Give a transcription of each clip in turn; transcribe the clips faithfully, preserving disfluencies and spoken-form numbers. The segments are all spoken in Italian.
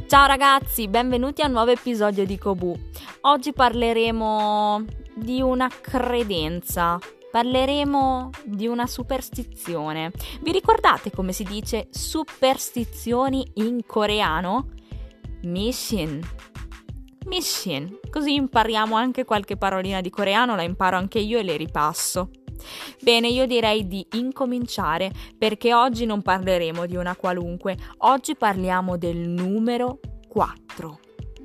Ciao ragazzi, benvenuti a un nuovo episodio di Kobu. Oggi parleremo di una credenza, parleremo di una superstizione. Vi ricordate come si dice superstizioni in coreano? Mishin. Mishin. Così impariamo anche qualche parolina di coreano, la imparo anche io e le ripasso. Bene, io direi di incominciare perché oggi non parleremo di una qualunque, oggi parliamo del numero quattro.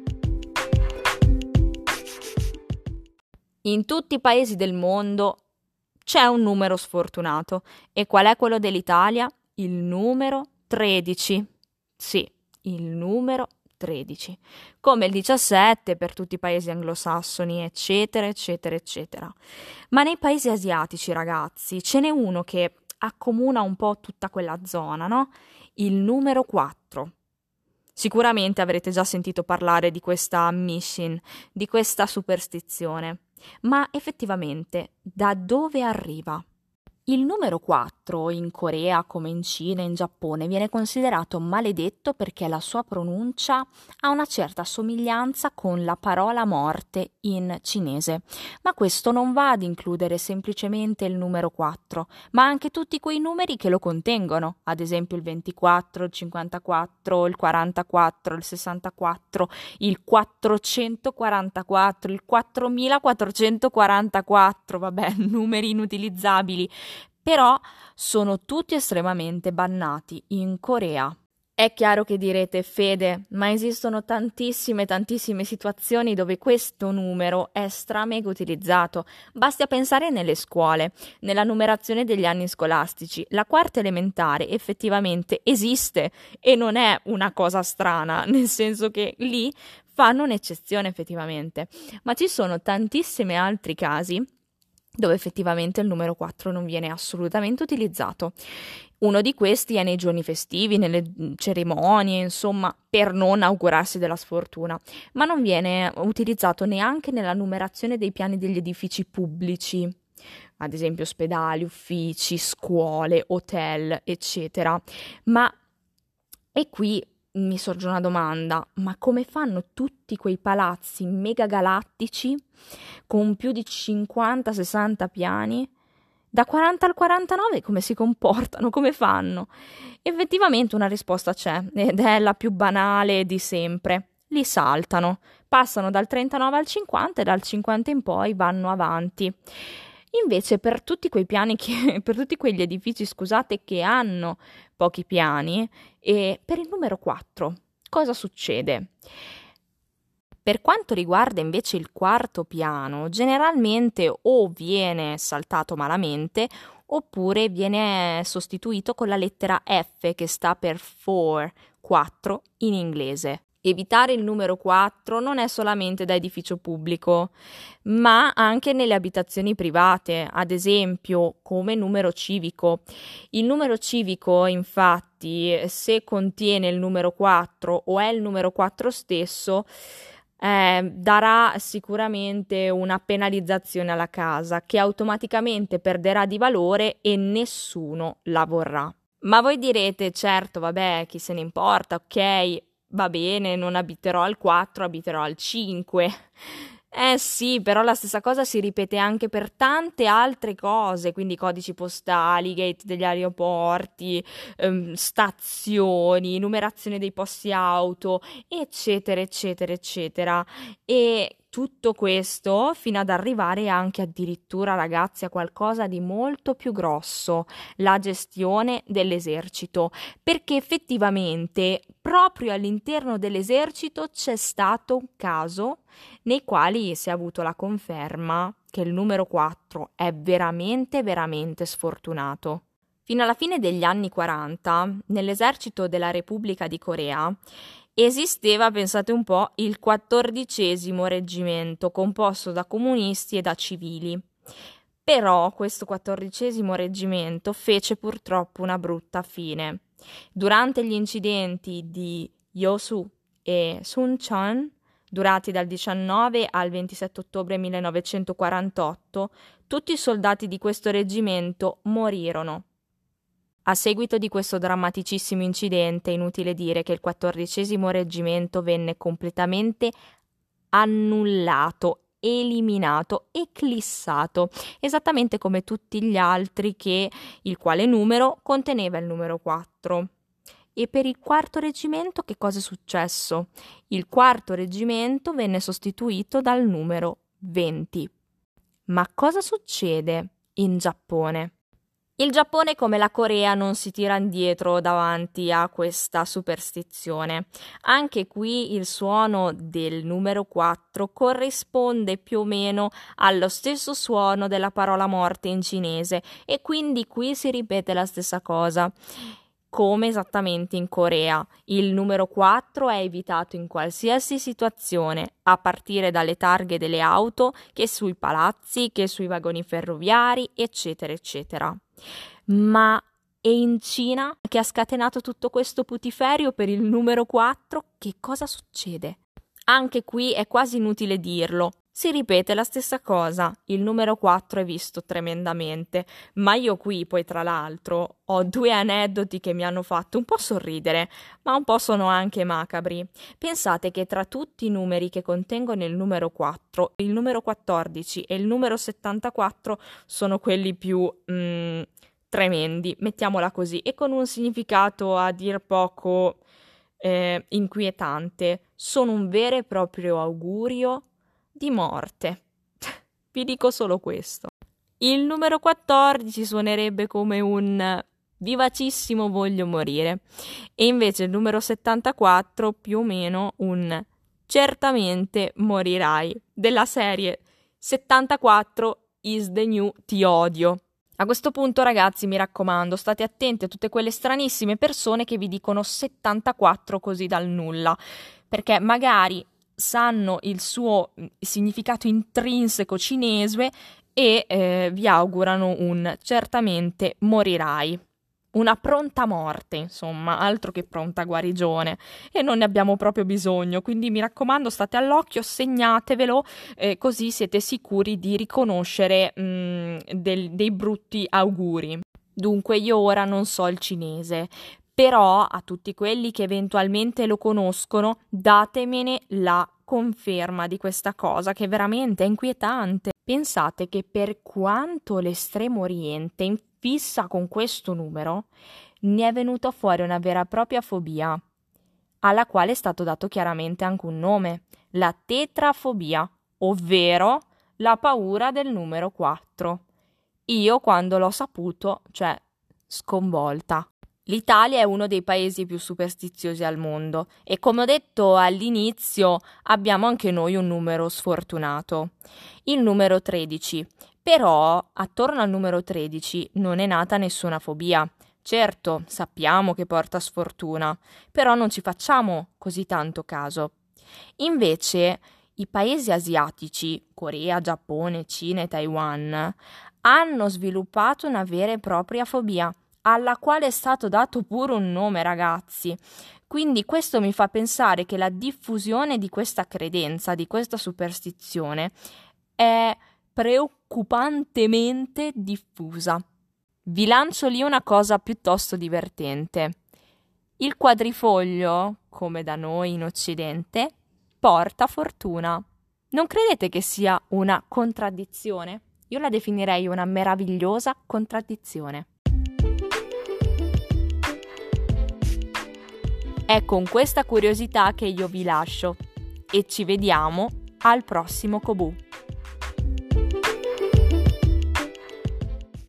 In tutti i paesi del mondo c'è un numero sfortunato e qual è quello dell'Italia? Il numero tredici. Sì, il numero tredici, come il diciassette per tutti i paesi anglosassoni, eccetera, eccetera, eccetera. Ma nei paesi asiatici, ragazzi, ce n'è uno che accomuna un po' tutta quella zona, no? Il numero quattro. Sicuramente avrete già sentito parlare di questa Mishin, di questa superstizione. Ma effettivamente, da dove arriva? Il numero quattro in Corea, come in Cina e in Giappone, viene considerato maledetto perché la sua pronuncia ha una certa somiglianza con la parola morte in cinese. Ma questo non va ad includere semplicemente il numero quattro, ma anche tutti quei numeri che lo contengono, ad esempio il ventiquattro, il cinquantaquattro, il quarantaquattro, il sessantaquattro, il quattrocentoquarantaquattro, il quattromilaquattrocentoquarantaquattro, vabbè, numeri inutilizzabili. Però sono tutti estremamente bannati in Corea. È chiaro che direte, Fede, ma esistono tantissime, tantissime situazioni dove questo numero è stramega utilizzato. Basti pensare nelle scuole, nella numerazione degli anni scolastici. La quarta elementare effettivamente esiste e non è una cosa strana, nel senso che lì fanno un'eccezione effettivamente. Ma ci sono tantissimi altri casi dove effettivamente il numero quattro non viene assolutamente utilizzato. Uno di questi è nei giorni festivi, nelle cerimonie, insomma, per non augurarsi della sfortuna, ma non viene utilizzato neanche nella numerazione dei piani degli edifici pubblici, ad esempio ospedali, uffici, scuole, hotel, eccetera. Ma e qui mi sorge una domanda, ma come fanno tutti quei palazzi megagalattici con più di cinquanta sessanta piani? Da quaranta al quarantanove come si comportano? Come fanno? Effettivamente una risposta c'è ed è la più banale di sempre. Li saltano, passano dal trentanove al cinquanta e dal cinquanta in poi vanno avanti. Invece per tutti quei piani che, per tutti quegli edifici, scusate, che hanno pochi piani, e per il numero quattro, cosa succede? Per quanto riguarda invece il quarto piano, generalmente o viene saltato malamente oppure viene sostituito con la lettera F che sta per four, quattro in inglese. Evitare il numero quattro non è solamente da edificio pubblico, ma anche nelle abitazioni private, ad esempio come numero civico. Il numero civico, infatti, se contiene il numero quattro o è il numero quattro stesso, eh, darà sicuramente una penalizzazione alla casa che automaticamente perderà di valore e nessuno la vorrà. Ma voi direte, certo, vabbè, chi se ne importa, ok, va bene, non abiterò al quattro, abiterò al cinque. Eh sì, però la stessa cosa si ripete anche per tante altre cose, quindi codici postali, gate degli aeroporti, ehm, stazioni, numerazione dei posti auto, eccetera, eccetera, eccetera. E tutto questo fino ad arrivare anche addirittura, ragazzi, a qualcosa di molto più grosso, la gestione dell'esercito, perché effettivamente proprio all'interno dell'esercito c'è stato un caso nei quali si è avuto la conferma che il numero quattro è veramente, veramente sfortunato. Fino alla fine degli anni quaranta, nell'esercito della Repubblica di Corea, esisteva, pensate un po', il quattordicesimo reggimento, composto da comunisti e da civili. Però questo quattordicesimo reggimento fece purtroppo una brutta fine. Durante gli incidenti di Yosu e Suncheon, durati dal diciannove al ventisette ottobre millenovecentoquarantotto, tutti i soldati di questo reggimento morirono. A seguito di questo drammaticissimo incidente, è inutile dire che il quattordicesimo reggimento venne completamente annullato, eliminato, eclissato, esattamente come tutti gli altri, che il quale numero conteneva il numero quattro. E per il quarto reggimento che cosa è successo? Il quarto reggimento venne sostituito dal numero venti. Ma cosa succede in Giappone? Il Giappone, come la Corea, non si tira indietro davanti a questa superstizione. Anche qui il suono del numero quattro corrisponde più o meno allo stesso suono della parola morte in cinese, e quindi qui si ripete la stessa cosa. Come esattamente in Corea, il numero quattro è evitato in qualsiasi situazione, a partire dalle targhe delle auto, che sui palazzi, che sui vagoni ferroviari, eccetera, eccetera. Ma è in Cina, che ha scatenato tutto questo putiferio per il numero quattro, che cosa succede? Anche qui è quasi inutile dirlo. Si ripete la stessa cosa, il numero quattro è visto tremendamente, ma io qui poi tra l'altro ho due aneddoti che mi hanno fatto un po' sorridere, ma un po' sono anche macabri. Pensate che tra tutti i numeri che contengono il numero quattro, il numero quattordici e il numero settantaquattro sono quelli più mm, tremendi, mettiamola così, e con un significato a dir poco eh, inquietante. Sono un vero e proprio augurio di morte. Vi dico solo questo. Il numero quattordici suonerebbe come un vivacissimo voglio morire, e invece il numero settantaquattro più o meno un certamente morirai, della serie settantaquattro is the new ti odio. A questo punto, ragazzi, mi raccomando, state attenti a tutte quelle stranissime persone che vi dicono settantaquattro così dal nulla, perché magari sanno il suo significato intrinseco cinese e eh, vi augurano un certamente morirai, una pronta morte, insomma, altro che pronta guarigione, e non ne abbiamo proprio bisogno, quindi mi raccomando, state all'occhio, segnatevelo, eh, così siete sicuri di riconoscere mh, del, dei brutti auguri. Dunque, io ora non so il cinese, però a tutti quelli che eventualmente lo conoscono, datemene la conferma di questa cosa, che veramente è inquietante. Pensate che per quanto l'Estremo Oriente in fissa con questo numero, ne è venuta fuori una vera e propria fobia, alla quale è stato dato chiaramente anche un nome, la tetrafobia, ovvero la paura del numero quattro. Io quando l'ho saputo, cioè, sconvolta. L'Italia è uno dei paesi più superstiziosi al mondo e, come ho detto all'inizio, abbiamo anche noi un numero sfortunato, il numero tredici. Però attorno al numero tredici non è nata nessuna fobia. Certo, sappiamo che porta sfortuna, però non ci facciamo così tanto caso. Invece i paesi asiatici, Corea, Giappone, Cina e Taiwan, hanno sviluppato una vera e propria fobia, alla quale è stato dato pure un nome, ragazzi. Quindi questo mi fa pensare che la diffusione di questa credenza, di questa superstizione, è preoccupantemente diffusa. Vi lancio lì una cosa piuttosto divertente. Il quadrifoglio, come da noi in Occidente, porta fortuna. Non credete che sia una contraddizione? Io la definirei una meravigliosa contraddizione. È con questa curiosità che io vi lascio e ci vediamo al prossimo Kobu.